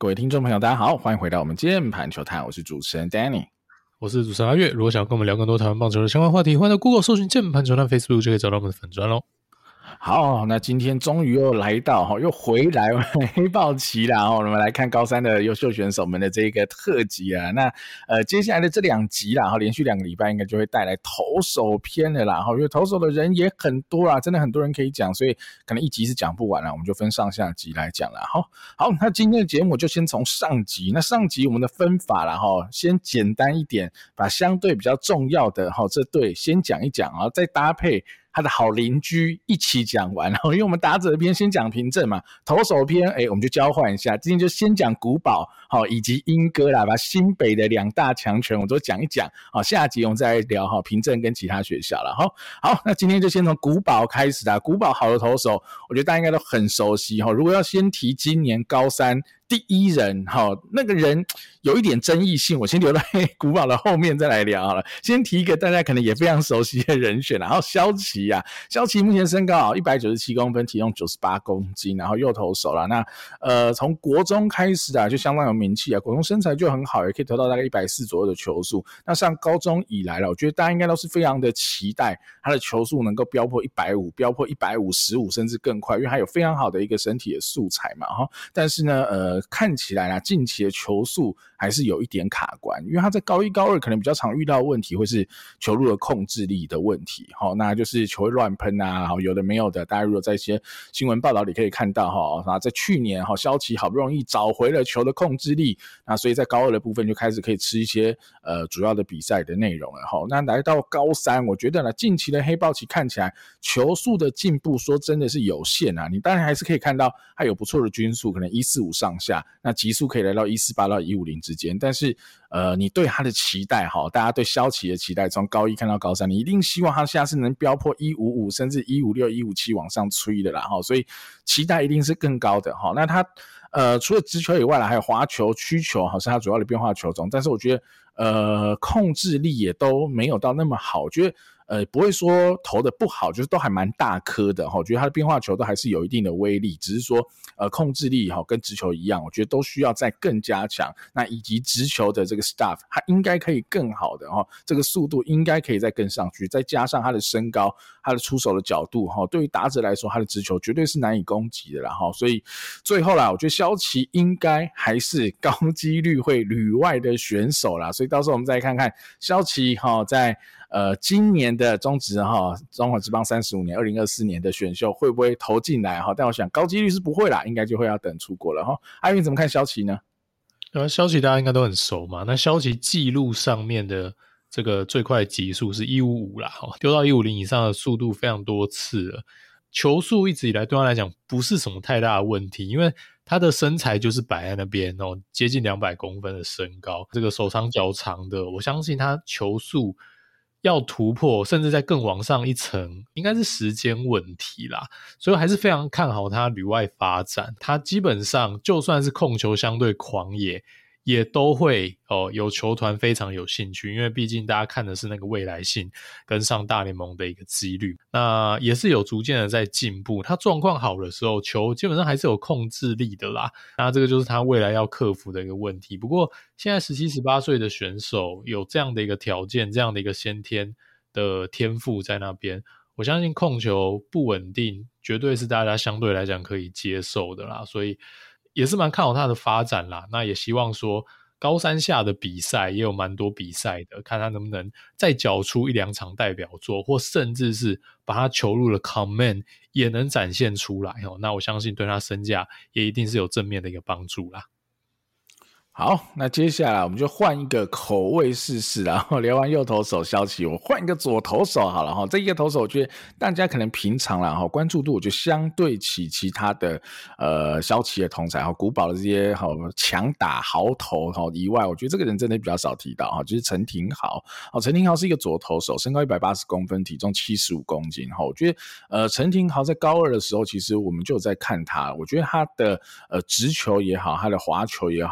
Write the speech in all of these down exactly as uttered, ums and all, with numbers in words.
各位听众朋友大家好，欢迎回到我们键盘球探，我是主持人 Danny， 我是主持人阿月。如果想要跟我们聊更多台湾棒球的相关话题，欢迎到 Google 搜寻键盘球探 Facebook 就可以找到我们的粉专咯。 好，那今天终于又来到又回来黑豹旗啦，我们来看高三的优秀选手们的这个特辑啊。那呃接下来的这两集啦，连续两个礼拜应该就会带来投手篇的啦，因为投手的人也很多啦，真的很多人可以讲，所以可能一集是讲不完啦，我们就分上下集来讲啦。好，好，那今天的节目就先从上集，那上集我们的分法啦，先简单一点，把相对比较重要的这对先讲一讲，再搭配他的好邻居一起讲完，因为我们打者篇先讲平正嘛，投手篇诶我们就交换一下，今天就先讲古堡以及英歌啦，把新北的两大强权我都讲一讲，下集我们再来聊平正跟其他学校啦。好，那今天就先从古堡开始啦。古堡好的投手我觉得大家应该都很熟悉，如果要先提今年高三第一人，那个人有一点争议性，我先留在古堡的后面再来聊好了。先提一个大家可能也非常熟悉的人选，然后萧齐啊，萧齐目前身高一百九十七公分，体重九十八公斤，然后右投手啦。那呃从国中开始啊就相当有名气啊，国中身材就很好，也可以投到大概一百四左右的球速。那上高中以来了，我觉得大家应该都是非常的期待他的球速能够飙破一百五十，飙破一百五十五甚至更快，因为他有非常好的一个身体的素材嘛。但是呢呃看起来啦，近期的球速还是有一点卡关，因为他在高一高二可能比较常遇到的问题会是球路的控制力的问题，那就是球会乱喷啊，有的没有的，大家如果在一些新闻报道里可以看到，在去年萧齐好不容易找回了球的控制力，那所以在高二的部分就开始可以吃一些呃主要的比赛的内容了。那来到高三，我觉得呢近期的黑豹旗看起来球速的进步说真的是有限啊，你当然还是可以看到它有不错的均速，可能一四五上下，那极速可以来到一四八到一五零之间，但是呃，你对他的期待，大家对萧齐的期待，从高一看到高三，你一定希望他下次能飙破一五五甚至一五六、一五七往上吹的啦，所以期待一定是更高的。那他呃除了直球以外啦，还有滑球、曲球是他主要的变化球种，但是我觉得呃控制力也都没有到那么好，我觉得呃，不会说投的不好，就是都还蛮大颗的，我觉得他的变化球都还是有一定的威力，只是说呃控制力跟直球一样，我觉得都需要再更加强，那以及直球的这个 stuff 它应该可以更好的，这个速度应该可以再更上去，再加上他的身高，他的出手的角度，对于打者来说他的直球绝对是难以攻击的啦，所以最后啦，我觉得萧齐应该还是高几率会旅外的选手啦，所以到时候我们再看看萧齐在呃，今年的中职哈，中华职棒三十五年二零二四年的选秀会不会投进来哈？但我想高几率是不会啦，应该就会要等出国了哈。阿云怎么看萧齐呢？ 呃，萧齐大家应该都很熟嘛。那萧齐记录上面的这个最快极速是一五五啦，丢到一五零以上的速度非常多次了。球速一直以来对他来讲不是什么太大的问题，因为他的身材就是摆在那边哦，接近两百公分的身高，这个手长脚长的，我相信他球速要突破甚至再更往上一层应该是时间问题啦，所以还是非常看好他旅外发展。他基本上就算是控球相对狂野也都会哦有球团非常有兴趣，因为毕竟大家看的是那个未来性跟上大联盟的一个几率，那也是有逐渐的在进步。他状况好的时候球基本上还是有控制力的啦，那这个就是他未来要克服的一个问题。不过现在十七、十八岁的选手有这样的一个条件，这样的一个先天的天赋在那边，我相信控球不稳定绝对是大家相对来讲可以接受的啦，所以也是蛮看好他的发展啦。那也希望说高三下的比赛也有蛮多比赛的，看他能不能再缴出一两场代表作，或甚至是把他球路的 command 也能展现出来，那我相信对他身价也一定是有正面的一个帮助啦。 好，那接下来我们就换一个口味试试啦。聊完右投手萧齐，我换一个左投手好了。这一个投手我觉得大家可能平常啦关注度我觉得相对起其他的呃萧齐的同才古堡的这些强打豪投以外，我觉得这个人真的比较少提到，就是陈廷豪。陈廷豪是一个左投手，身高一百八十公分，体重七十五公斤。我觉得呃陈廷豪在高二的时候其实我们就有在看他，我觉得他的呃直球也好，他的滑球也好，曲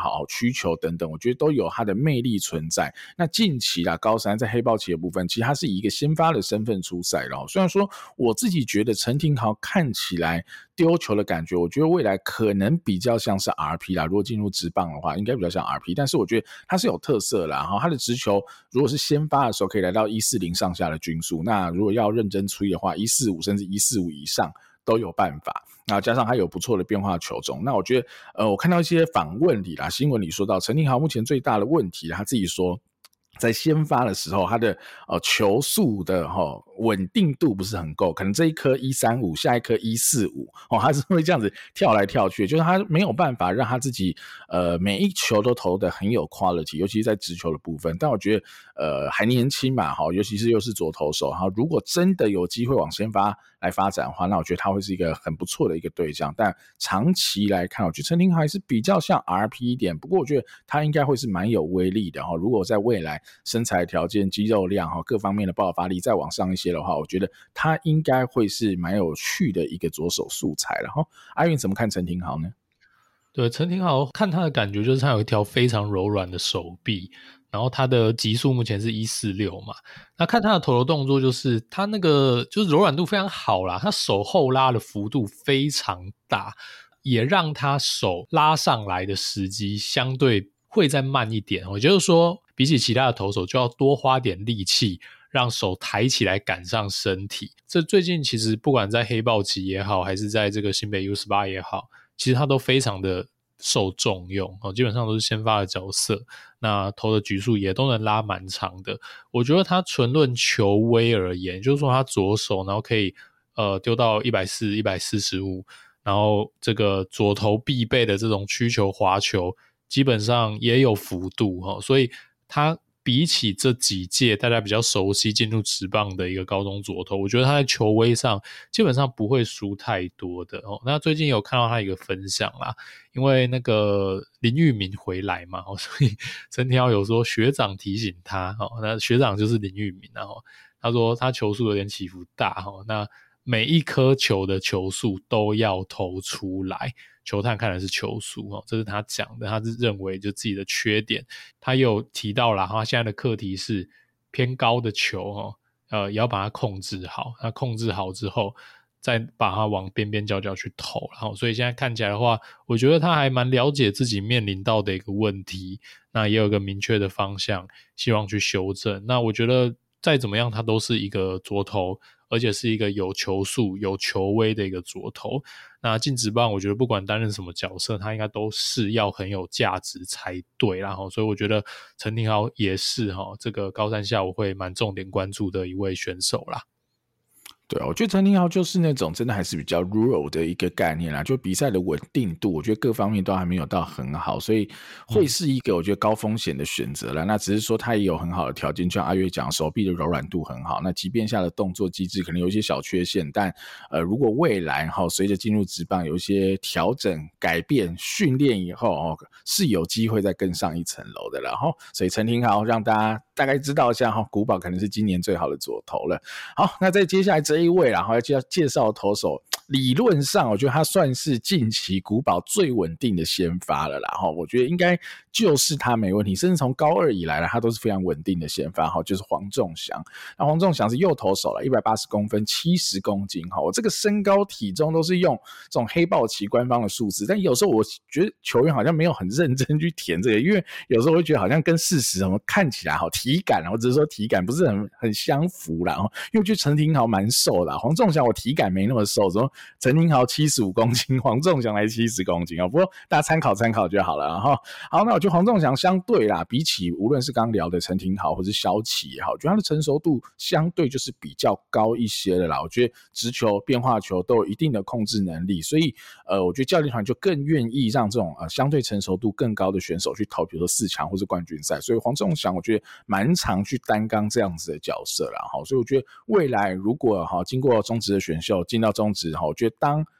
需求等等，我觉得都有它的魅力存在。那近期啦，高山在黑豹旗的部分，其实他是以一个先发的身份出赛了。虽然说我自己觉得陈廷豪看起来丢球的感觉，我觉得未来可能比较像是 R P 啦，如果进入职棒的话，应该比较像 R P， 但是我觉得他是有特色啦，他的直球如果是先发的时候可以来到一四零上下的均速，那如果要认真吹的话，一四五甚至一四五以上都有办法，然后加上他有不错的变化球种，那我觉得呃，我看到一些访问里啦，新闻里说到陈廷豪目前最大的问题，他自己说在先发的时候，他的呃球速的哈稳定度不是很够，可能这一颗一三五，下一颗一四五，哦，他是会这样子跳来跳去，就是他没有办法让他自己呃每一球都投得很有 quality， 尤其是在直球的部分。但我觉得呃还年轻嘛，哈，尤其是又是左投手，哈，如果真的有机会往先发来发展的话，那我觉得他会是一个很不错的一个对象。但长期来看，我觉得陈廷豪还是比较像 R P 一点，不过我觉得他应该会是蛮有威力的哈。如果在未来身材条件、肌肉量各方面的爆发力再往上一些的话，我觉得他应该会是蛮有趣的一个左手素材了哈。阿云怎么看陈廷豪呢？ 对，陈廷豪看他的感觉就是他有一条非常柔软的手臂，然后他的极速目前是一四六嘛，那看他的投球动作就是他那个就是柔软度非常好啦，他手后拉的幅度非常大，也让他手拉上来的时机相对会再慢一点，也就是说比起其他的投手就要多花点力气让手抬起来赶上身体。这最近其实不管在黑豹旗也好，还是在这个新北 U 十八 也好，其实他都非常的受重用，基本上都是先发的角色，那投的局数也都能拉蛮长的。我觉得他纯论球威而言，就是说他左手然后可以呃丢到一百四十、一百四十五，然后这个左投必备的这种曲球滑球基本上也有幅度，所以他比起这几届大家比较熟悉进入职棒的一个高中左投，我觉得他在球威上基本上不会输太多的。哦，那最近有看到他一个分享啦，因为那个林玉明回来嘛，哦，所以陈廷豪有说学长提醒他，哦，那学长就是林玉明，然后他说他球速有点起伏大，哦，那每一颗球的球速都要投出来，球探看的是球速，哦，这是他讲的，他是认为就自己的缺点。他有提到啦，他现在的课题是偏高的球，哦，呃，也要把它控制好，那控制好之后再把它往边边角角去投，然后所以现在看起来的话，我觉得他还蛮了解自己面临到的一个问题，那也有一个明确的方向希望去修正。那我觉得再怎么样他都是一个左投，而且是一个有球速有球威的一个左投，那进职棒我觉得不管担任什么角色他应该都是要很有价值才对啦，所以我觉得陈廷豪也是这个高三下我会蛮重点关注的一位选手啦。 对，我觉得陈廷豪就是那种真的还是比较 rural 的一个概念啦，就比赛的稳定度我觉得各方面都还没有到很好，所以会是一个我觉得高风险的选择啦，嗯，那只是说他也有很好的条件，就像阿月讲手臂的柔软度很好，那即便下的动作机制可能有一些小缺陷，但呃，如果未来随着进入职棒有一些调整改变训练以后，哦，是有机会再更上一层楼的啦，所以陈廷豪让大家大概知道一下，古堡可能是今年最好的左投了。好，那在接下来这一位啦，要介绍投手，理论上我觉得他算是近期古堡最稳定的先发了啦，我觉得应该就是他没问题，甚至从高二以来他都是非常稳定的先发，就是黄仲祥。那黄仲祥是右投手了，一百八十公分，七十公斤，我这个身高体重都是用这种黑豹旗官方的数字，但有时候我觉得球员好像没有很认真去填这个，因为有时候会觉得好像跟事实什么看起来好体感，我只是说体感不是很很相符啦，因为我觉得陈廷豪蛮瘦的，黄仲祥我体感没那么瘦，什么陈廷豪七十五公斤，黄仲祥来七十公斤，不过大家参考参考就好了。好，那我觉得黄仲祥相对啦，比起无论是刚聊的陈廷豪或是萧齐也好，我觉得他的成熟度相对就是比较高一些的啦，我觉得直球变化球都有一定的控制能力，所以呃，我觉得教练团就更愿意让这种呃相对成熟度更高的选手去投比如说四强或是冠军赛，所以黄仲祥我觉得蛮常去担纲这样子的角色啦，所以我觉得未来如果经过中职的选秀进到中职，我觉得当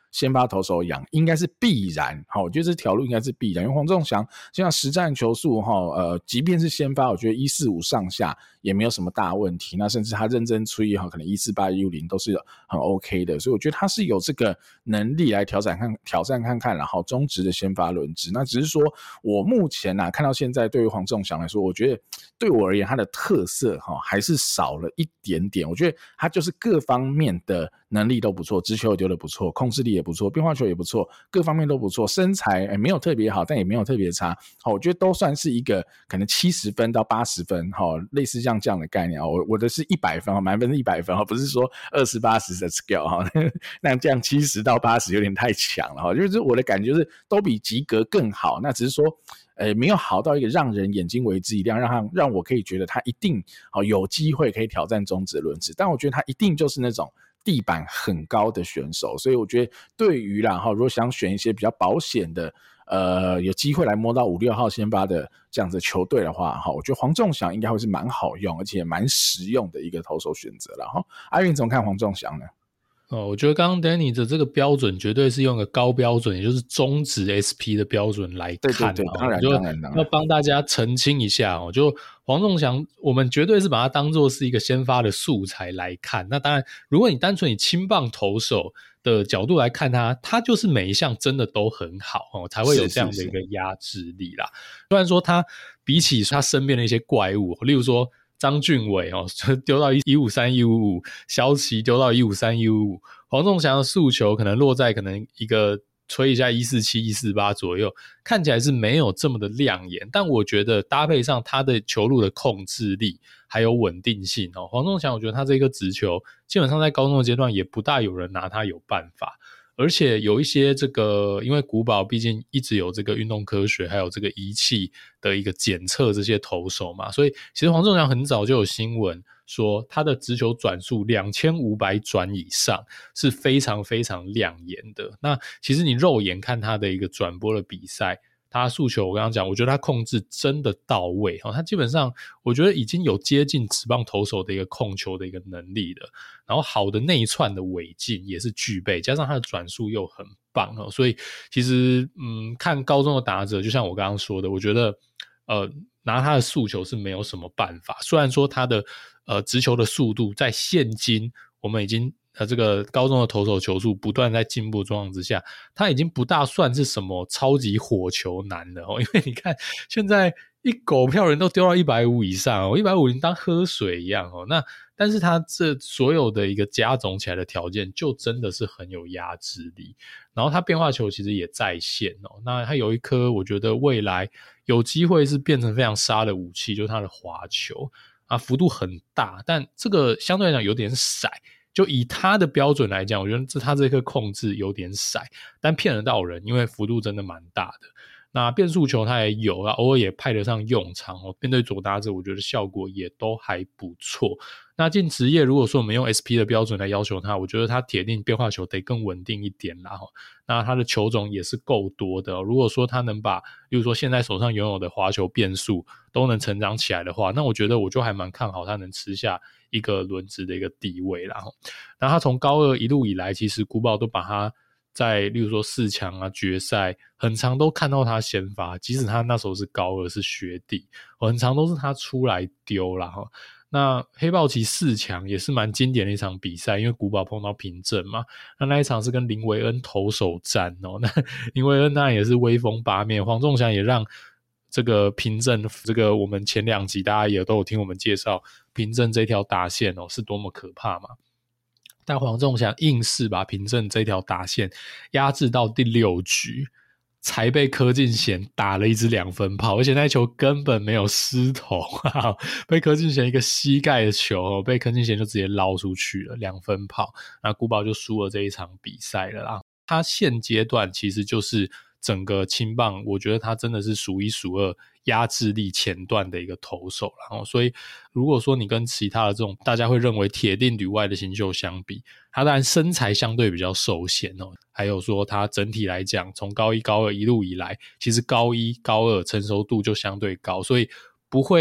先发投手养，应该是必然。好，我觉得这条路应该是必然，因为黄仲祥现在实战球速哈，呃，即便是先发，我觉得一四五上下也没有什么大问题。那甚至他认真吹哈，可能一四八、一五零都是很 OK 的，所以我觉得他是有这个能力来挑战看挑战看看，然后中职的先发轮值。那只是说我目前啊看到现在，对于黄仲祥来说，我觉得对我而言，他的特色哈还是少了一点点。我觉得他就是各方面的能力都不错，直球也丢得不错，控制力也不错，变化球也不错，各方面都不错，身材、欸、没有特别好，但也没有特别差。好，我觉得都算是一个可能七十分到八十分，好，类似像这样的概念。我我的是一百分，满分是一百分，不是说二十八十的 scale， 那这样七十到八十有点太强了，就是我的感觉是都比及格更好，那只是说呃，没有好到一个让人眼睛为之一亮，让他让我可以觉得他一定好有机会可以挑战中职轮值，但我觉得他一定就是那种地板很高的选手，所以我觉得对于啦，如果想选一些比较保险的，呃，有机会来摸到五六号先发的这样子的球队的话，我觉得黄仲祥应该会是蛮好用，而且蛮实用的一个投手选择啦。阿云怎么看黄仲祥呢？ 哦，我觉得刚刚 Danny 的这个标准绝对是用个高标准，也就是中职 S P 的标准来看。 对对对，当然就当然当然， 要帮大家澄清一下哦。就黄仲祥，我们绝对是把它当作是一个先发的素材来看。那当然，如果你单纯以青棒投手的角度来看他，他就是每一项真的都很好哦，才会有这样的一个压制力啦。虽然说他比起他身边的一些怪物，例如说张俊伟哦，丢到一五三一五五，萧齐丢到一五三一五五，黄仲祥的速球可能落在可能一个吹一下一四七一四八左右，看起来是没有这么的亮眼，但我觉得搭配上他的球路的控制力还有稳定性哦，黄仲祥我觉得他这个直球基本上在高中的阶段也不大有人拿他有办法。而且有一些这个，因为古堡毕竟一直有这个运动科学还有这个仪器的一个检测这些投手嘛，所以其实黄仲祥很早就有新闻说他的直球转速两千五百转以上是非常非常亮眼的。那其实你肉眼看他的一个转播的比赛，他速球我刚刚讲，我觉得他控制真的到位，他基本上我觉得已经有接近职棒投手的一个控球的一个能力了，然后好的内串的尾劲也是具备，加上他的转速又很棒，所以其实嗯，看高中的打者就像我刚刚说的，我觉得呃拿他的速球是没有什么办法，虽然说他的呃直球的速度在现今我们已经呃，这个高中的投手球速不断在进步的状况之下，他已经不大算是什么超级火球男了哦。因为你看现在一狗票人都丢到一百五以上哦，一百五零当喝水一样哦。那但是他这所有的一个加总起来的条件就真的是很有压制力，然后他变化球其实也在线哦。那他有一颗我觉得未来有机会是变成非常杀的武器，就是他的滑球啊，幅度很大，但这个相对来讲有点窄。就以他的标准来讲，我觉得这他这颗控制有点窄，但骗得到人，因为幅度真的蛮大的。那变速球他也有，偶尔也派得上用场哦。面对左打者，我觉得效果也都还不错。那进职业，如果说我们用 S P 的标准来要求他，我觉得他铁定变化球得更稳定一点啦。那他的球种也是够多的哦。如果说他能把，例如说现在手上拥有的滑球变速都能成长起来的话，那我觉得我就还蛮看好他能吃下一个轮值的一个地位啦。那他从高二一路以来，其实古堡都把他在例如说四强啊决赛很常都看到他先发，即使他那时候是高二是学弟，很常都是他出来丢啦。那黑豹旗四强也是蛮经典的一场比赛，因为古堡碰到平镇嘛，那那一场是跟林维恩投手战哦，那林维恩当然也是威风八面，黄仲祥也让这个平镇，这个我们前两集大家也都有听我们介绍平镇这条打线哦是多么可怕嘛。但黄仲祥硬是把平镇这条打线压制到第六局，才被柯敬贤打了一支两分炮，而且那球根本没有失投，被柯敬贤一个膝盖的球，被柯敬贤就直接捞出去了，两分炮，那古堡就输了这一场比赛了啦。他现阶段其实就是整个青棒，我觉得他真的是数一数二压制力前段的一个投手，然后所以如果说你跟其他的这种大家会认为铁定旅外的新秀相比，他当然身材相对比较受限哦，还有说他整体来讲从高一高二一路以来，其实高一高二成熟度就相对高，所以不会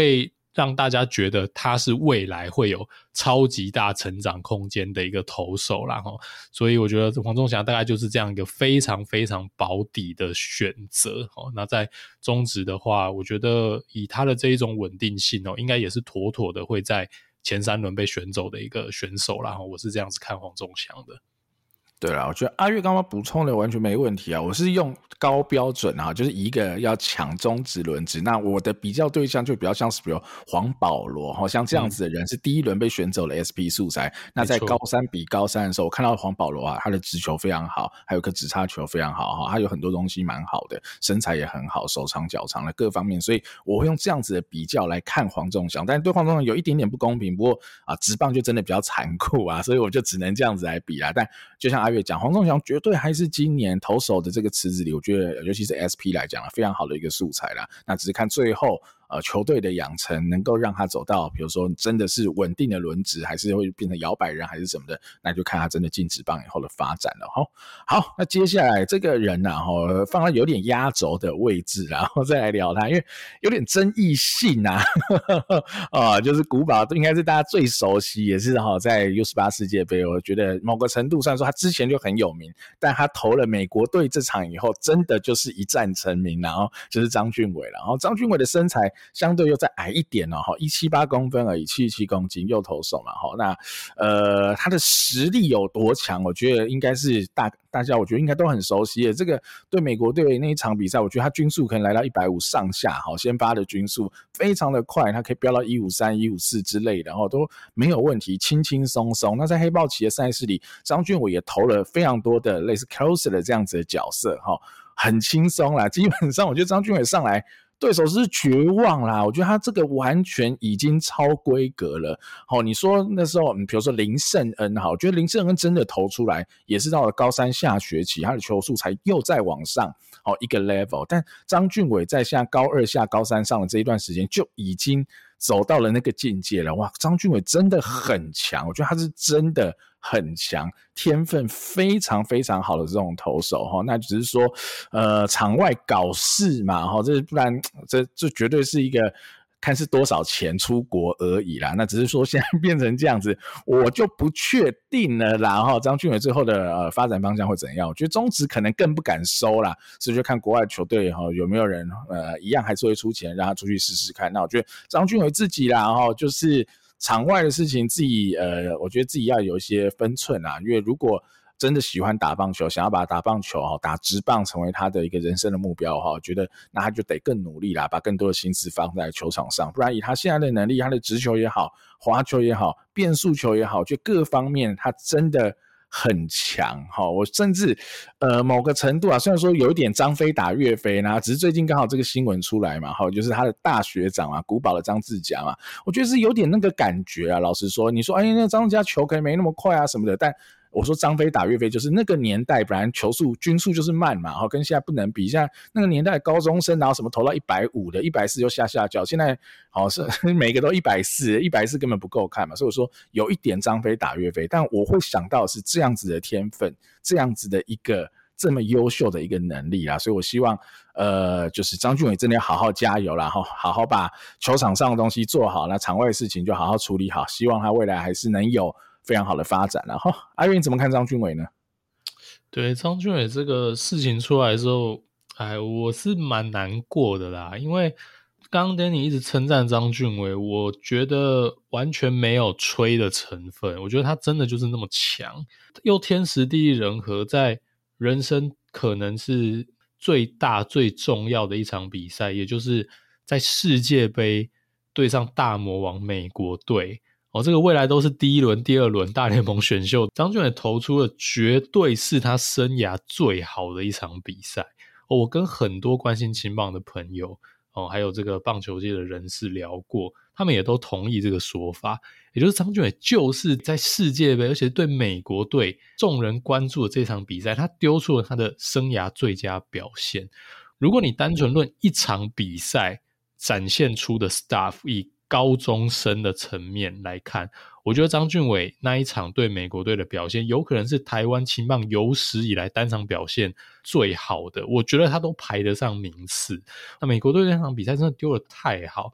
让大家觉得他是未来会有超级大成长空间的一个投手啦齁，所以我觉得黄仲祥大概就是这样一个非常非常保底的选择齁。那在中职的话，我觉得以他的这一种稳定性哦，应该也是妥妥的会在前三轮被选走的一个选手啦齁，我是这样子看黄仲祥的。 对啦，我觉得阿月刚刚补充的完全没问题啊，我是用高标准啊，就是一个要抢中职轮值，那我的比较对象就比较像是比如黄保罗齁，像这样子的人是第一轮被选走了 S P 素材、嗯、那在高三比高三的时候，我看到黄保罗啊，他的直球非常好，还有颗直插球非常好，他有很多东西蛮好的，身材也很好，手长脚长的各方面，所以我会用这样子的比较来看黄仲祥，但是对黄仲祥有一点点不公平，不过啊，职棒就真的比较残酷啊，所以我就只能这样子来比啦。但就像阿月讲，黄仲祥绝对还是今年投手的这个池子里，我觉得尤其是 S P 来讲非常好的一个素材啦。那只是看最后呃球队的养成能够让他走到比如说真的是稳定的轮值，还是会变成摇摆人还是什么的，那就看他真的进职棒以后的发展了齁。好，那接下来这个人啊齁，放在有点压轴的位置，然后再来聊他，因为有点争议性啊啊，就是古堡应该是大家最熟悉，也是齁在 U 十八 世界杯，我觉得某个程度虽然说他之前就很有名，但他投了美国队这场以后真的就是一战成名，然后就是张俊伟了。然后张俊伟的身材相对又再矮一点哦，一百七十八公分而已，七十七公斤，右投手嘛。那呃他的实力有多强，我觉得应该是大大家我觉得应该都很熟悉的。这个对美国队那一场比赛，我觉得他均速可能来到一百五上下，好，先发的均速非常的快，他可以飙到一百五十三、一百五十四之类的，然后都没有问题，轻轻松松。那在黑豹旗的赛事里，张俊伟也投了非常多的类似 closer 的这样子的角色，很轻松啦。基本上我觉得张俊伟上来对手是绝望啦，我觉得他这个完全已经超规格了。好，你说那时候，比如说林胜恩，好，我觉得林胜恩真的投出来，也是到了高三下学期，他的球速才又再往上，好一个 level。但张俊伟在下高二下高三上的这一段时间，就已经走到了那个境界了。哇，张俊伟真的很强，我觉得他是真的很强，天分非常非常好的这种投手齁。那只是说，呃，场外搞事嘛齁，这不然这这绝对是一个。看是多少钱出国而已啦，那只是说现在变成这样子，我就不确定了啦齁。张俊伟最后的呃发展方向会怎样？我觉得中职可能更不敢收啦，所以就看国外球队齁有没有人呃一样还是会出钱让他出去试试看。那我觉得张俊伟自己啦齁，就是场外的事情自己呃，我觉得自己要有一些分寸啦，因为如果真的喜欢打棒球，想要把打棒球打职棒成为他的一个人生的目标，我觉得那他就得更努力啦，把更多的心思放在球场上，不然以他现在的能力，他的直球也好，滑球也好，变速球也好，就各方面他真的很强。我甚至呃某个程度啊，虽然说有一点张飞打岳飞啦，只是最近刚好这个新闻出来嘛，就是他的大学长啊，古堡的张志佳嘛，我觉得是有点那个感觉啊。老实说，你说哎，那张志佳球可能没那么快啊什么的，但我说张飞打岳飞，就是那个年代本来球速均速就是慢嘛，跟现在不能比。现在那个年代高中生然后什么投到一百五的，一百四就下下脚，现在好是每个都一百四，一百四根本不够看嘛。所以我说有一点张飞打岳飞，但我会想到是这样子的天分，这样子的一个这么优秀的一个能力啦。所以我希望呃，就是张俊伟真的要好好加油啦，好好把球场上的东西做好，那场外的事情就好好处理好，希望他未来还是能有非常好的发展。然后阿元你怎么看张俊伟呢？ 对，张俊伟这个事情出来之后，哎，我是蛮难过的啦，因为刚刚 Danny 一直称赞张俊伟，我觉得完全没有吹的成分，我觉得他真的就是那么强，又天时地利人和，在人生可能是最大最重要的一场比赛，也就是在世界杯对上大魔王美国队哦，这个未来都是第一轮第二轮大联盟选秀，张俊伟投出了绝对是他生涯最好的一场比赛哦。我跟很多关心青棒的朋友哦，还有这个棒球界的人士聊过，他们也都同意这个说法，也就是张俊伟就是在世界杯，而且对美国队众人关注的这场比赛，他丢出了他的生涯最佳表现。如果你单纯论一场比赛展现出的 stuff， 以高中生的层面来看，我觉得张俊伟那一场对美国队的表现有可能是台湾青棒有史以来单场表现最好的，我觉得他都排得上名次。那美国队那场比赛真的丢得太好，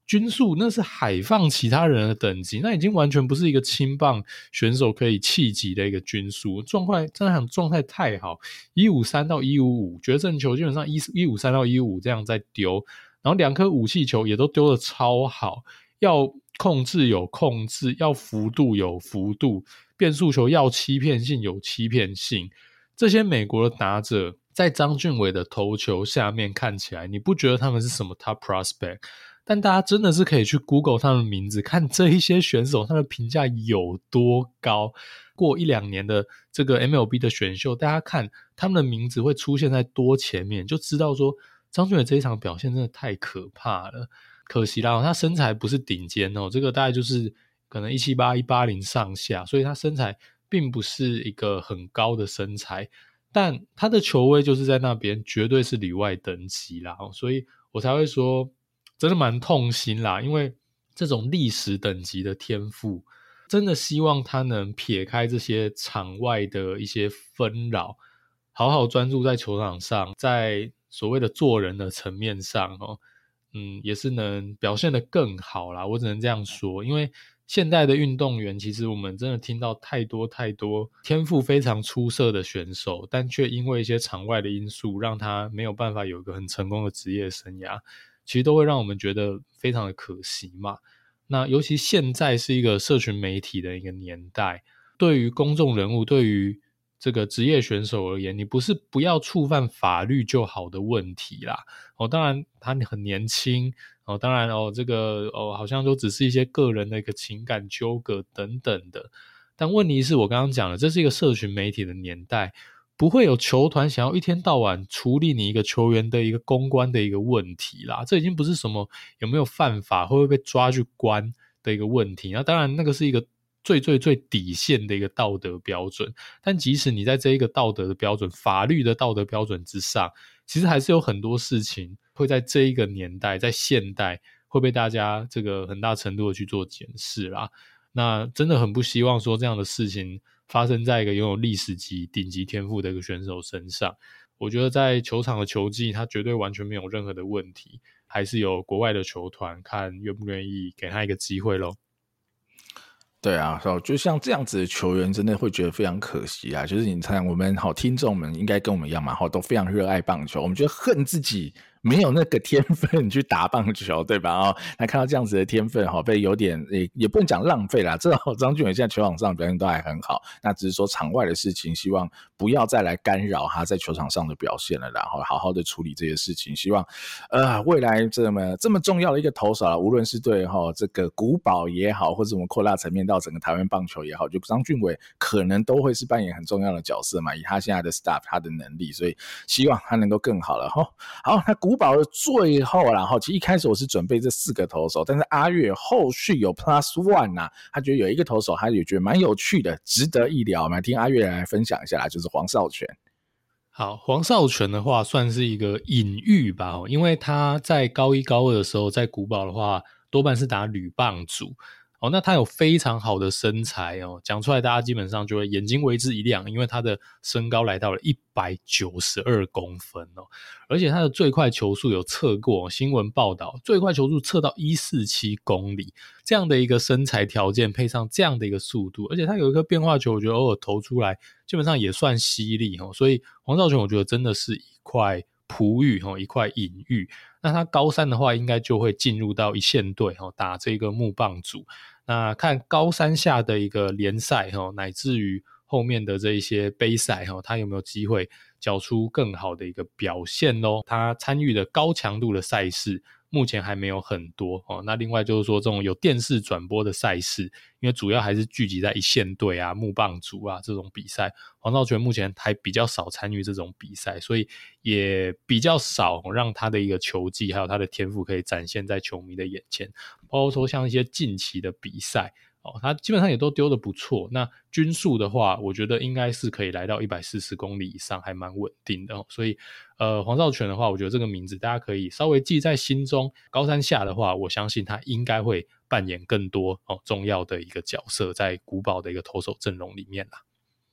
均速那是海放其他人的等级，那已经完全不是一个轻棒选手可以企及的一个均速，状态真的状态太好，一五三到一五五决胜球基本上一五三到一五五这样在丢，然后两颗武器球也都丢得超好，要控制有控制，要幅度有幅度，变速球要欺骗性有欺骗性，这些美国的打者在张俊伟的投球下面看起来，你不觉得他们是什么 top prospect， 但大家真的是可以去 Google 他们的名字，看这一些选手他的评价有多高。过一两年的这个 M L B 的选秀，大家看他们的名字会出现在多前面，就知道说张俊伟这一场表现真的太可怕了。可惜啦，他身材不是顶尖哦，这个大概就是可能一七八、一八零上下，所以他身材并不是一个很高的身材，但他的球威就是在那边，绝对是里外等级啦，所以我才会说真的蛮痛心啦，因为这种历史等级的天赋，真的希望他能撇开这些场外的一些纷扰，好好专注在球场上，在所谓的做人的层面上哦，嗯，也是能表现得更好啦，我只能这样说。因为现代的运动员，其实我们真的听到太多太多天赋非常出色的选手，但却因为一些场外的因素，让他没有办法有一个很成功的职业生涯，其实都会让我们觉得非常的可惜嘛。那尤其现在是一个社群媒体的一个年代，对于公众人物，对于这个职业选手而言，你不是不要触犯法律就好的问题啦。哦，当然他很年轻，哦，当然哦，这个哦好像都只是一些个人的一个情感纠葛等等的。但问题是我刚刚讲的，这是一个社群媒体的年代，不会有球团想要一天到晚处理你一个球员的一个公关的一个问题啦。这已经不是什么有没有犯法，会不会被抓去关的一个问题。那当然那个是一个最最最底线的一个道德标准，但即使你在这一个道德的标准，法律的道德标准之上，其实还是有很多事情会在这一个年代，在现代会被大家这个很大程度的去做检视啦。那真的很不希望说这样的事情发生在一个拥有历史级顶级天赋的一个选手身上。我觉得在球场的球技他绝对完全没有任何的问题，还是有国外的球团看愿不愿意给他一个机会咯。 对啊，就像这样子的球员真的会觉得非常可惜啊，就是你看我们好听众们应该跟我们一样嘛，都非常热爱棒球，我们觉得恨自己没有那个天分去打棒球，对吧？哦，那看到这样子的天分被有点 也, 也不能讲浪费啦，至少张俊伟现在球场上表现都还很好，那只是说场外的事情希望不要再来干扰他在球场上的表现了啦，然后好好的处理这些事情，希望呃未来这么这么重要的一个投手啦，无论是对齁这个古堡也好，或者我们扩大层面到整个台湾棒球也好，就张俊伟可能都会是扮演很重要的角色嘛，以他现在的 staff 他的能力，所以希望他能够更好了齁。好，那古堡的最后啦，其实一开始我是准备这四个投手，但是阿月后续有 plus one 啊，他觉得有一个投手他也觉得蛮有趣的，值得一聊，我们来听阿月来分享一下啦，就是黄少全。 好，黄少全的话算是一个隐喻吧，因为他在高一高二的时候在古堡的话多半是打旅棒组哦，那他有非常好的身材哦，讲出来大家基本上就会眼睛为之一亮，因为他的身高来到了一百九十二公分哦，而且他的最快球速有测过，新闻报道最快球速测到一百四十七公里，这样的一个身材条件配上这样的一个速度，而且他有一颗变化球，我觉得偶尔投出来基本上也算犀利哦，所以黄少全我觉得真的是一块璞玉哦，一块隐玉。那他高三的话应该就会进入到一线队哦，打这个木棒组。那看高三下的一个联赛哦，乃至于后面的这一些杯赛哦，他有没有机会缴出更好的一个表现咯？他参与的高强度的赛事目前还没有很多哦。那另外就是说这种有电视转播的赛事，因为主要还是聚集在一线队啊、木棒组啊这种比赛，黄少全目前还比较少参与这种比赛，所以也比较少让他的一个球技还有他的天赋可以展现在球迷的眼前。包括说像一些近期的比赛哦，他基本上也都丢得不错。那均速的话，我觉得应该是可以来到一百四十公里以上，还蛮稳定的哦。所以，呃，黄少全的话，我觉得这个名字大家可以稍微记在心中。高三下的话，我相信他应该会扮演更多哦重要的一个角色，在古堡的一个投手阵容里面啦。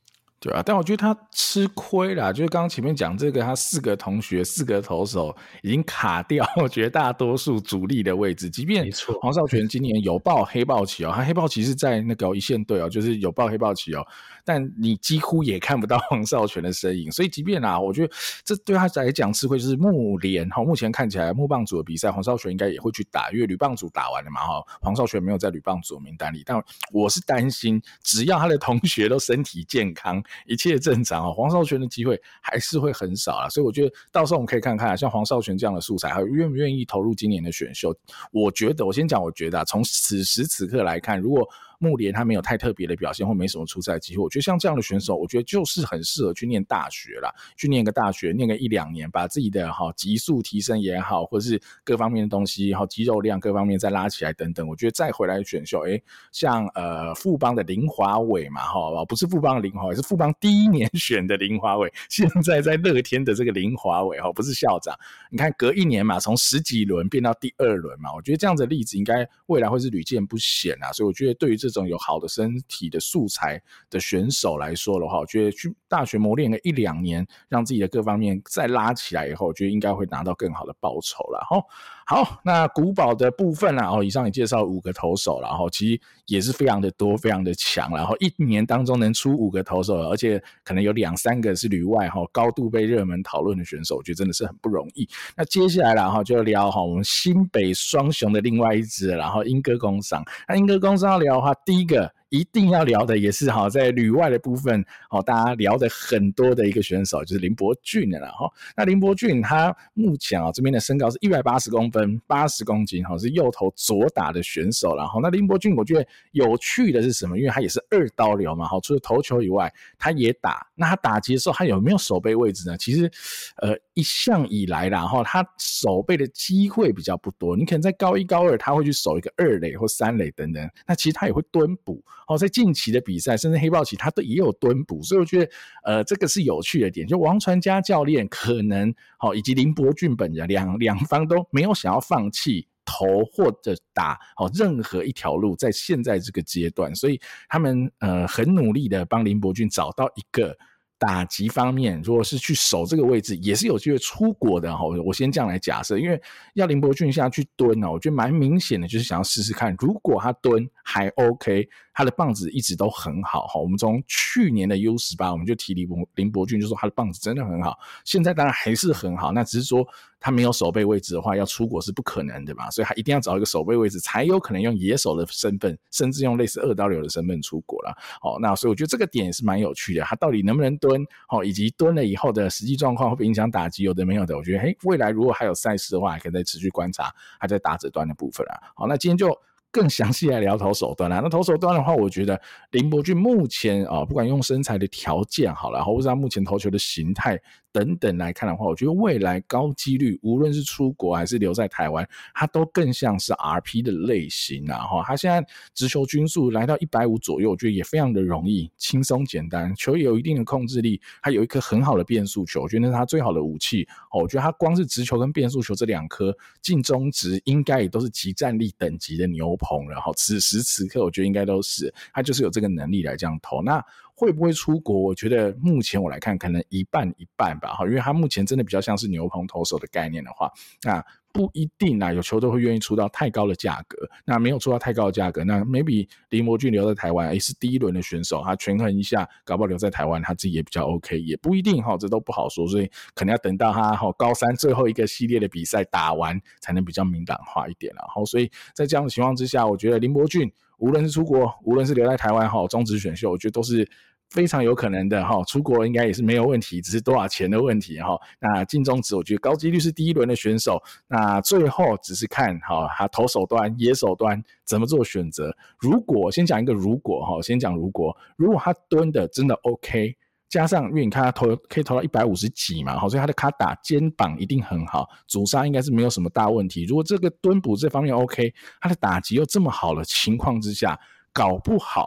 对啊，但我觉得他吃亏啦，就是刚刚前面讲这个，他四个同学、四个投手已经卡掉绝大多数主力的位置。即便黄少全今年有报黑豹旗哦，他黑豹旗是在那个一线队哦，就是有报黑豹旗哦，但你几乎也看不到黄少全的身影。所以即便啊，我觉得这对他来讲吃亏，就是木联哈，目前看起来木棒组的比赛，黄少全应该也会去打，因为旅棒组打完了嘛哈，黄少全没有在旅棒组名单里，但我是担心，只要他的同学都身体健康。一切正常哦，黄少全的机会还是会很少啦，所以我觉得到时候我们可以看看、啊、像黄少全这样的素材，还愿不愿意投入今年的选秀？我觉得，我先讲，我觉得啊，从此时此刻来看，如果木联他没有太特别的表现或没什么出赛机会，我觉得像这样的选手，我觉得就是很适合去念大学啦，去念个大学，念个一两年，把自己的哈级数提升也好，或者是各方面的东西，哈肌肉量各方面再拉起来等等，我觉得再回来选秀，哎，像呃富邦的林华伟嘛，哈不是富邦的林华伟，是富邦第一年选的林华伟，现在在乐天的这个林华伟哈不是校长，你看隔一年嘛，从十几轮变到第二轮嘛，我觉得这样子的例子应该未来会是屡见不鲜啊，所以我觉得对于这种有好的身体的素材的选手来说的话，我觉得去大学磨练个一两年，让自己的各方面再拉起来以后，我觉得应该会拿到更好的报酬啦。好，那古堡的部分啦，以上也介绍了五个投手啦，其实也是非常的多，非常的强啦，一年当中能出五个投手，而且可能有两三个是旅外高度被热门讨论的选手，我觉得真的是很不容易。那接下来啦就聊我们新北双雄的另外一支，然后英歌工商。那英歌工商要聊的话，第一个一定要聊的也是在旅外的部分大家聊的很多的一个选手，就是林伯俊了。那林伯俊他目前这边的身高是一百八十公分，八十公斤，是右投左打的选手。那林伯俊我觉得有趣的是什么？因为他也是二刀流嘛，除了投球以外他也打。那他打击的时候他有没有守备位置呢？其实呃一向以来啦，他守备的机会比较不多，你可能在高一高二他会去守一个二垒或三垒等等，那其实他也会蹲捕。在近期的比赛甚至黑豹旗他都也有蹲捕，所以我觉得呃这个是有趣的点，就王传家教练可能以及林伯俊本人两两方都没有想要放弃投或者打任何一条路，在现在这个阶段，所以他们呃很努力的帮林伯俊找到一个打击方面，如果是去守这个位置也是有机会出国的，我先这样来假设，因为要林伯俊下去蹲，我觉得蛮明显的，就是想要试试看，如果他蹲还 OK， 他的棒子一直都很好，我们从去年的 U 十八 我们就提林伯俊就说他的棒子真的很好，现在当然还是很好，那只是说他没有守备位置的话要出国是不可能的嘛，所以他一定要找一个守备位置才有可能用野手的身份，甚至用类似二刀流的身份出国啦。那所以我觉得这个点也是蛮有趣的，他到底能不能蹲，以及蹲了以后的实际状况会不会影响打击有的没有的，我觉得嘿未来如果还有赛事的话还可以再持续观察还在打者端的部分啦。好，那今天就更详细来聊投手端啦。那投手端的话，我觉得林伯俊目前、哦、不管用身材的条件好了，或者他目前投球的形态等等来看的话，我觉得未来高几率无论是出国还是留在台湾，他都更像是 R P 的类型啊。他现在直球均速来到一百五十左右，我觉得也非常的容易轻松简单，球也有一定的控制力，他有一颗很好的变速球，我觉得那是他最好的武器、哦、我觉得他光是直球跟变速球这两颗进中值应该也都是即战力等级的牛棚了，此时此刻我觉得应该都是他就是有这个能力来这样投。那会不会出国？我觉得目前我来看可能一半一半吧，因为他目前真的比较像是牛棚投手的概念的话，那不一定啦，有球队会愿意出到太高的价格，那没有出到太高的价格，那 maybe 林伯俊留在台湾是第一轮的选手，他权衡一下搞不好留在台湾他自己也比较 OK， 也不一定，这都不好说，所以可能要等到他高三最后一个系列的比赛打完才能比较明朗化一点啦。所以在这样的情况之下，我觉得林伯俊无论是出国无论是留在台湾中职选秀，我觉得都是非常有可能的，出国应该也是没有问题，只是多少钱的问题。那进中职我觉得高几率是第一轮的选手，那最后只是看他投手端野手端怎么做选择。如果先讲一个如果先讲如果如果他蹲的真的 OK， 加上因为你看他投可以投到一百五十几嘛，所以他的卡打肩膀一定很好，阻杀应该是没有什么大问题。如果这个蹲捕这方面 OK， 他的打击又这么好的情况之下，搞不好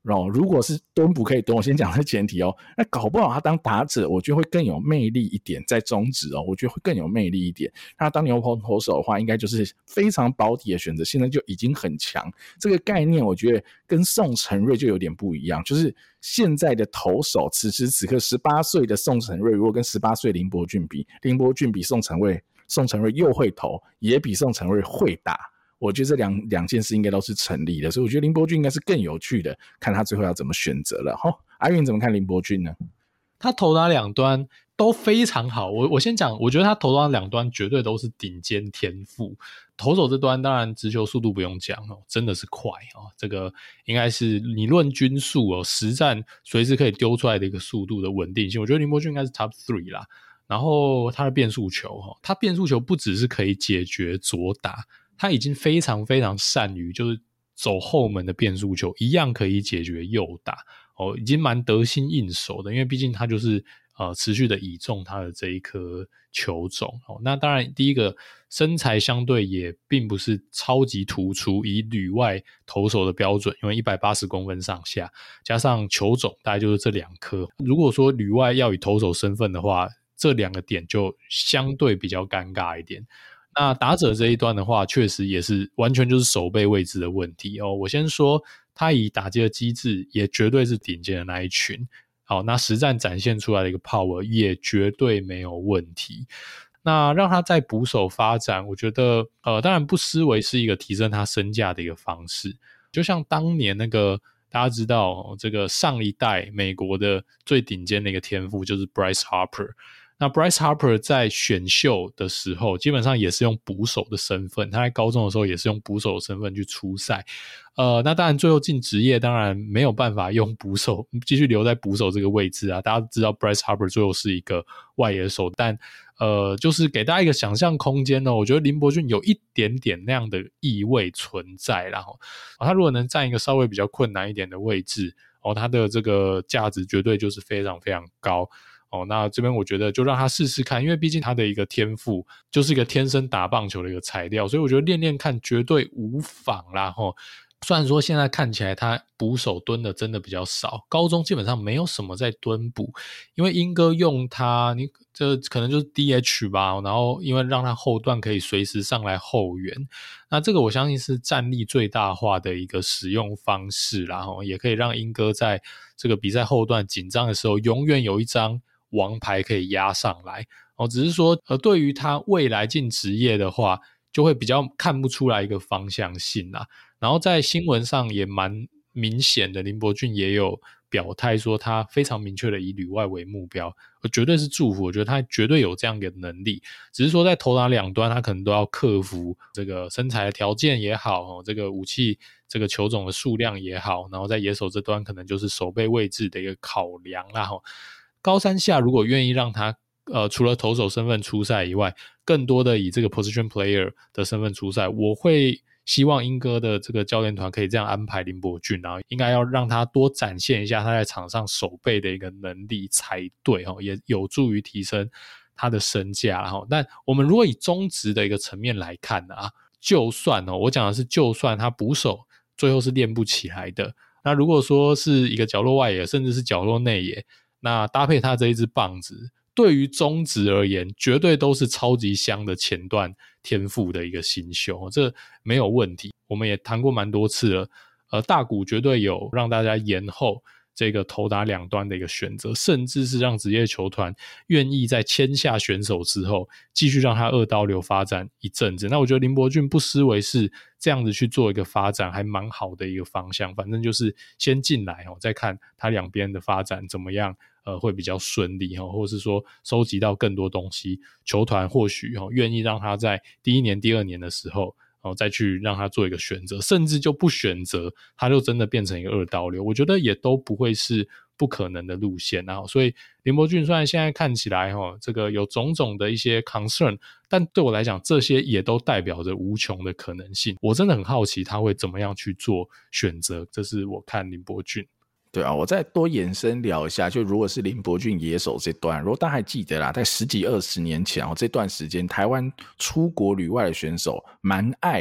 哦，如果是蹲捕可以蹲，我先讲这前提哦，那搞不好他当打者，我觉得会更有魅力一点，在中职哦，我觉得会更有魅力一点。那当牛棚投手的话，应该就是非常保底的选择，现在就已经很强。这个概念我觉得跟宋承瑞就有点不一样，就是现在的投手，此时此刻十八岁的宋承瑞，如果跟十八岁林伯俊比，林伯俊比宋承瑞，宋承瑞又会投，也比宋承瑞会打。我觉得这 两, 两件事应该都是成立的，所以我觉得林伯俊应该是更有趣的，看他最后要怎么选择了。齁，阿云怎么看林伯俊呢？ 他投打两端都非常好，我我先讲，我觉得他投打两端绝对都是顶尖天赋。投手这端当然直球速度不用讲哦，真的是快哦，这个应该是你论均速哦，实战随时可以丢出来的一个速度的稳定性，我觉得林伯俊应该是 top 三 啦。然后他的变速球，他变速球不只是可以解决左打，他已经非常非常善于就是走后门的变速球，一样可以解决右打哦，已经蛮得心应手的，因为毕竟他就是呃持续的倚重他的这一颗球种哦。那当然，第一个身材相对也并不是超级突出，以旅外投手的标准，因为一百八十公分上下，加上球种大概就是这两颗。如果说旅外要以投手身份的话，这两个点就相对比较尴尬一点。那打者这一端的话，确实也是完全就是守备位置的问题哦。我先说，他以打击的机制也绝对是顶尖的那一群。好，那实战展现出来的一个 power 也绝对没有问题。那让他在捕手发展，我觉得呃，当然不失为是一个提升他身价的一个方式。就像当年那个大家知道、哦、这个上一代美国的最顶尖的一个天赋就是 Bryce Harper。那 Bryce Harper 在选秀的时候基本上也是用捕手的身份，他在高中的时候也是用捕手的身份去出赛。呃，那当然最后进职业当然没有办法用捕手继续留在捕手这个位置啊，大家知道 Bryce Harper 最后是一个外野手，但呃，就是给大家一个想象空间呢，我觉得林伯俊有一点点那样的意味存在啦、哦、他如果能站一个稍微比较困难一点的位置哦，他的这个价值绝对就是非常非常高哦，那这边我觉得就让他试试看，因为毕竟他的一个天赋就是一个天生打棒球的一个材料，所以我觉得练练看绝对无妨啦齁。虽然说现在看起来他捕手蹲的真的比较少，高中基本上没有什么在蹲捕，因为英哥用他，你这可能就是 D H 吧，然后因为让他后段可以随时上来后援，那这个我相信是战力最大化的一个使用方式啦，也可以让英哥在这个比赛后段紧张的时候永远有一张王牌可以压上来哦，只是说呃，对于他未来进职业的话，就会比较看不出来一个方向性啦。然后在新闻上也蛮明显的，林伯俊也有表态说他非常明确的以旅外为目标，我绝对是祝福，我觉得他绝对有这样的能力，只是说在投打两端他可能都要克服这个身材的条件也好，这个武器这个球种的数量也好，然后在野手这端可能就是守备位置的一个考量啦。高三下如果愿意让他呃，除了投手身份出赛以外，更多的以这个 position player 的身份出赛，我会希望英哥的这个教练团可以这样安排林伯俊，然后应该要让他多展现一下他在场上守备的一个能力才对，也有助于提升他的身价。但我们如果以中职的一个层面来看啊，就算我讲的是就算他捕手最后是练不起来的，那如果说是一个角落外野甚至是角落内野，那搭配他这一支棒子，对于中职而言绝对都是超级香的前段天赋的一个新秀，这没有问题。我们也谈过蛮多次了，呃，大谷绝对有让大家延后这个投打两端的一个选择，甚至是让职业球团愿意在签下选手之后继续让他二刀流发展一阵子。那我觉得林伯俊不失为是这样子去做一个发展还蛮好的一个方向，反正就是先进来再看他两边的发展怎么样，呃，会比较顺利，或是说收集到更多东西，球团或许愿意让他在第一年第二年的时候再去让他做一个选择，甚至就不选择他就真的变成一个二刀流，我觉得也都不会是不可能的路线。然后所以林伯俊虽然现在看起来这个有种种的一些 concern， 但对我来讲这些也都代表着无穷的可能性，我真的很好奇他会怎么样去做选择，这是我看林伯俊。 对啊，我再多延伸聊一下，就如果是林伯俊野手这段，如果大家还记得啦，在十几二十年前这段时间台湾出国旅外的选手蛮爱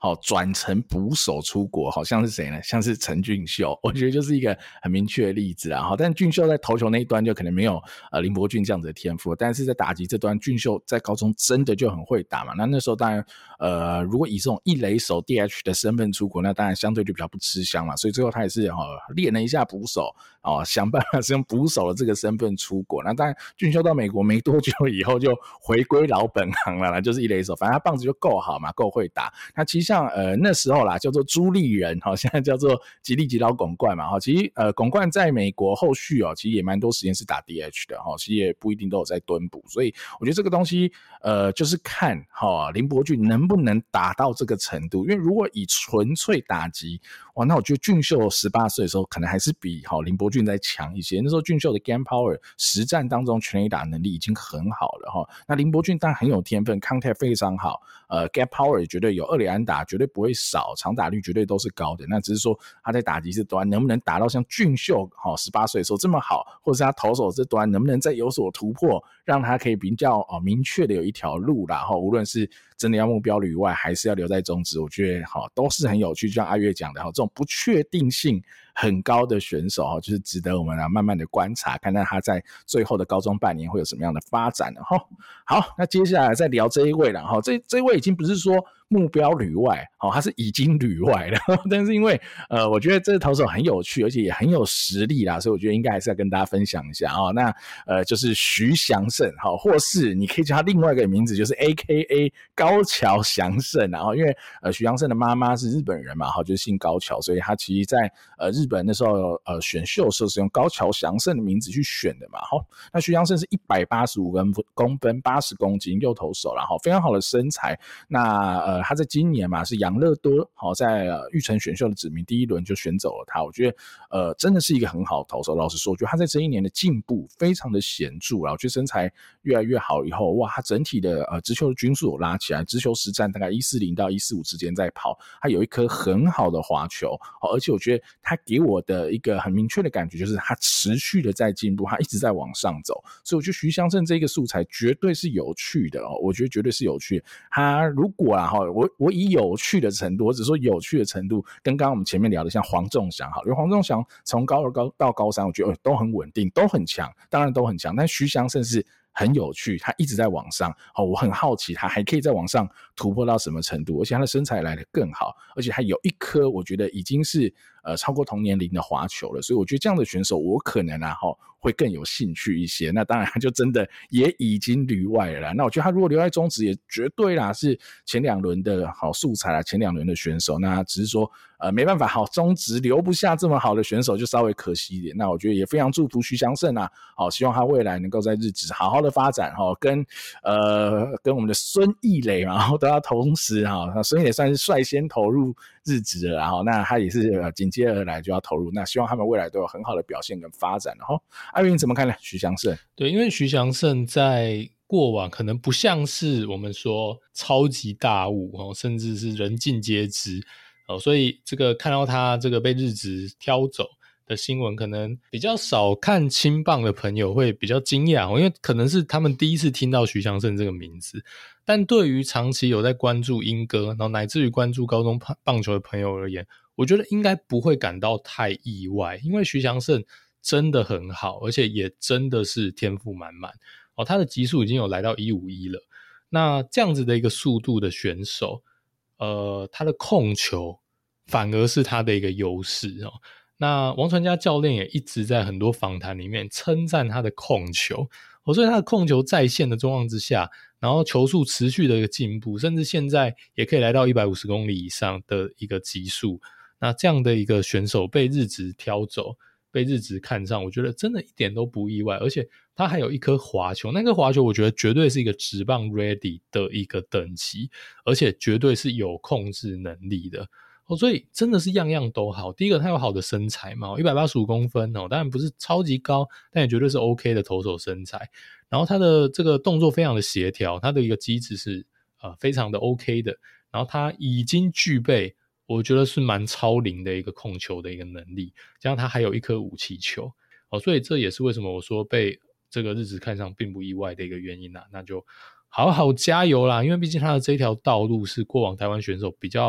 好转成捕手出国，好像是谁呢？像是陈俊秀，我觉得就是一个很明确的例子啦。好，但俊秀在投球那一端就可能没有呃林伯俊这样子的天赋，但是在打击这端，俊秀在高中真的就很会打嘛。那那时候当然呃，如果以这种一垒手 D H 的身份出国，那当然相对就比较不吃香嘛。所以最后他也是哦练了一下捕手哦，想办法是用捕手的这个身份出国。那当然俊秀到美国没多久以后就回归老本行了啦，就是一垒手，反正他棒子就够好嘛，够会打。那其实像呃那时候啦，叫做朱立人，哈、哦，现在叫做吉利吉老拱冠嘛，哈、哦，其实呃拱冠在美国后续哦，其实也蛮多时间是打 D H 的，哈、哦，其实也不一定都有在蹲捕，所以我觉得这个东西呃就是看哈、哦、林伯俊能不能打到这个程度，因为如果以纯粹打击，哇，那我觉得俊秀十八岁的时候可能还是比好、哦、林伯俊再强一些，那时候俊秀的 game power 实战当中全垒打能力已经很好了哈、哦，那林伯俊当然很有天分 ，contact 非常好，呃 ，gap power 也绝对有，二垒安打绝对不会少，长打率绝对都是高的。那只是说他在打击这端能不能达到像俊秀哈十八岁的时候这么好，或者是他投手这端能不能再有所突破，让他可以比较哦明确的有一条路啦哈，无论是真的要目标旅外，还是要留在中职，我觉得哈都是很有趣。就像阿月讲的哈，这种不确定性很高的选手哈，就是值得我们啊慢慢的观察，看看他在最后的高中半年会有什么样的发展了哈。好，那接下来再聊这一位了哈，这这一位已经不是说目标旅外，哦，他是已经旅外了，但是因为呃，我觉得这个投手很有趣，而且也很有实力啦，所以我觉得应该还是要跟大家分享一下哦。那呃，就是徐祥胜，哈，或是你可以叫他另外一个名字，就是 A K A 高桥祥胜，然后因为呃徐祥胜的妈妈是日本人嘛，哈，就是姓高桥，所以他其实在呃日本那时候呃选秀的时候是用高桥祥胜的名字去选的嘛，好，那徐祥胜是一百八十五公分，八十公斤，右投手啦，哈，非常好的身材，那呃。他在今年嘛是养乐多，好在呃育成选秀的指名第一轮就选走了他，我觉得呃真的是一个很好的投手。老实说，我觉得他在这一年的进步非常的显著啦，我觉得身材越来越好以后，哇，他整体的呃直球的均速有拉起来，直球实战大概一四零到一四五之间在跑，他有一颗很好的滑球，而且我觉得他给我的一个很明确的感觉就是他持续的在进步，他一直在往上走，所以我觉得徐祥胜这个素材绝对是有趣的哦，我觉得绝对是有趣的。他如果啊哈。我我以有趣的程度，我只说有趣的程度，跟刚刚我们前面聊的像黄仲祥好，因为黄仲祥从高二高到高三，我觉得、哦、都很稳定，都很强，当然都很强，但徐祥胜是很有趣，他一直在往上，哦，我很好奇他还可以在往上突破到什么程度，而且他的身材来得更好，而且他有一颗我觉得已经是呃超过同年龄的滑球了，所以我觉得这样的选手我可能啊齁会更有兴趣一些。那当然他就真的也已经旅外了啦，那我觉得他如果留在中职也绝对啦是前两轮的好素材啦，前两轮的选手，那只是说呃没办法，好中职留不下这么好的选手就稍微可惜一点。那我觉得也非常祝福徐祥胜啊，好希望他未来能够在日职好好的发展齁，跟呃跟我们的孙艺磊嘛，然后都要同时齁，孙艺磊算是率先投入日职了，然后那他也是呃紧接而来就要投入，那希望他们未来都有很好的表现跟发展。然后阿云怎么看呢？徐祥胜， 对，因为徐祥胜在过往可能不像是我们说超级大物、哦、甚至是人尽皆知、哦、所以这个看到他这个被日职挑走的新闻，可能比较少看青棒的朋友会比较惊讶、哦、因为可能是他们第一次听到徐祥胜这个名字，但对于长期有在关注英歌，然后乃至于关注高中棒球的朋友而言，我觉得应该不会感到太意外，因为徐祥胜真的很好，而且也真的是天赋满满、哦、他的级数已经有来到一五一了。那这样子的一个速度的选手，呃，他的控球反而是他的一个优势哦。那王传家教练也一直在很多访谈里面称赞他的控球、哦、所以他的控球在线的状况之下，然后球速持续的一个进步，甚至现在也可以来到一百五十公里以上的一个级数。那这样的一个选手被日职挑走，被日职看上，我觉得真的一点都不意外，而且他还有一颗滑球，那颗滑球我觉得绝对是一个职棒 ready 的一个等级，而且绝对是有控制能力的、哦、所以真的是样样都好。第一个他有好的身材嘛，一百八十五公分、哦、当然不是超级高，但也绝对是 OK 的投手身材，然后他的这个动作非常的协调，他的一个机制是、呃、非常的 OK 的，然后他已经具备我觉得是蛮超龄的一个控球的一个能力，加上他还有一颗武器球、哦、所以这也是为什么我说被这个日职看上并不意外的一个原因啦。那就好好加油啦，因为毕竟他的这条道路是过往台湾选手比较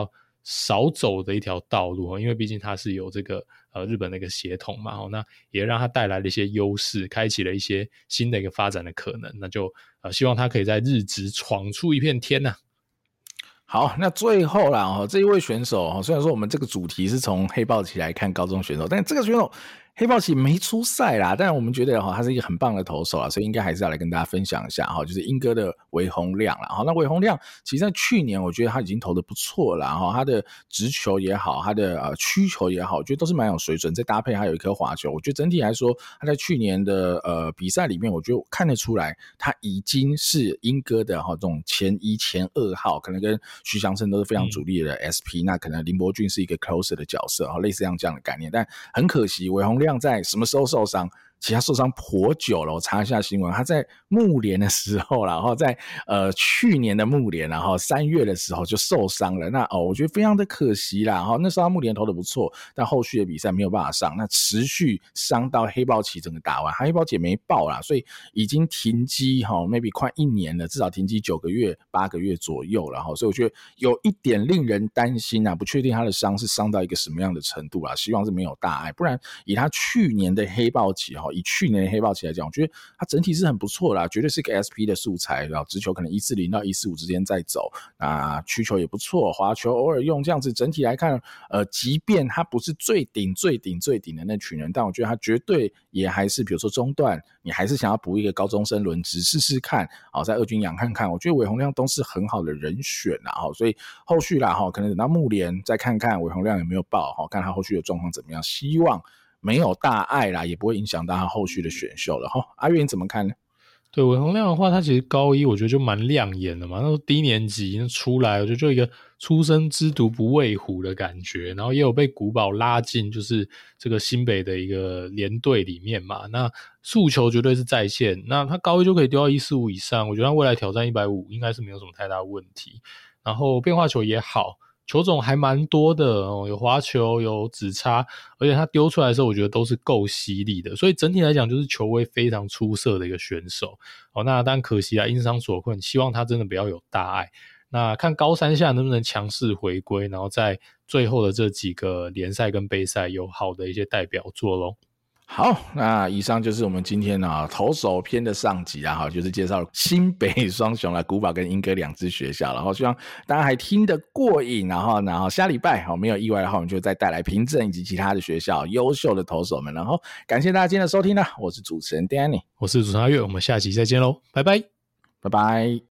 少走的一条道路，因为毕竟它是有这个呃日本的一个血统嘛，那也让它带来了一些优势，开启了一些新的一个发展的可能，那就呃希望它可以在日职闯出一片天啊。 好，那最后啦，哦，这一位选手，哦，虽然说我们这个主题是从黑豹旗来看高中选手，但这个选手黑豹旗没出赛啦，但我们觉得哈，他是一个很棒的投手啦，所以应该还是要来跟大家分享一下哈，就是英哥的韦宏亮啦。好，那韦宏亮其实在去年我觉得他已经投得不错了哈，他的直球也好，他的呃曲球也好，我觉得都是蛮有水准，再搭配还有一颗滑球，我觉得整体来说，他在去年的呃比赛里面，我觉得看得出来，他已经是英哥的哈这种前一前二号，可能跟徐祥生都是非常主力的 S P，、嗯、那可能林伯俊是一个 closer 的角色哈，类似像这样的概念，但很可惜韦宏亮在什么时候受伤？其实他受伤颇久了，我查一下新闻，他在木联的时候，然后在呃去年的木联，然后三月的时候就受伤了。那哦，我觉得非常的可惜啦。哈，那时候他木联投的不错，但后续的比赛没有办法上，那持续伤到黑豹旗整个打完，黑豹旗也没报啦，所以已经停机哈 ，maybe 快一年了，至少停机九个月、八个月左右了哈。所以我觉得有一点令人担心啊，不确定他的伤是伤到一个什么样的程度啦，希望是没有大碍，不然以他去年的黑豹旗哈。以去年的黑豹旗来讲，我觉得它整体是很不错啦，绝对是个 S P 的素材，然后直球可能一四零到一四五之间在走，那曲球也不错，滑球偶尔用，这样子整体来看，呃，即便他不是最顶最顶最顶的那群人，但我觉得他绝对也还是，比如说中段，你还是想要补一个高中生轮值试试看，好，在二军养看看，我觉得韦宏亮都是很好的人选啦，所以后续啦，可能等到木联再看看韦宏亮有没有报，看他后续的状况怎么样，希望没有大碍啦，也不会影响到他后续的选秀了。阿月你怎么看呢？ 对韦宏亮的话，他其实高一我觉得就蛮亮眼的嘛，那时候低年级出来，我觉得就一个初生之犊不畏虎的感觉，然后也有被古堡拉进就是这个新北的一个联队里面嘛，那速球绝对是在线，那他高一就可以丢到一四五以上，我觉得他未来挑战一百五十应该是没有什么太大问题，然后变化球也好，球种还蛮多的、哦、有滑球有指叉，而且他丢出来的时候我觉得都是够犀利的，所以整体来讲就是球威非常出色的一个选手、哦、那当然可惜啦，因伤所困，希望他真的不要有大碍，那看高三下能不能强势回归，然后在最后的这几个联赛跟杯赛有好的一些代表作咯。 好，那以上就是我们今天啊投手篇的上集啊，就是介绍新北双雄啦，古堡跟英歌两支学校，然后希望大家还听得过瘾，然后然后下礼拜好没有意外的话，我们就再带来平镇以及其他的学校优秀的投手们，然后感谢大家今天的收听啦，我是主持人 Danny， 我是主持人阿月，我们下期再见咯，拜拜， 拜拜。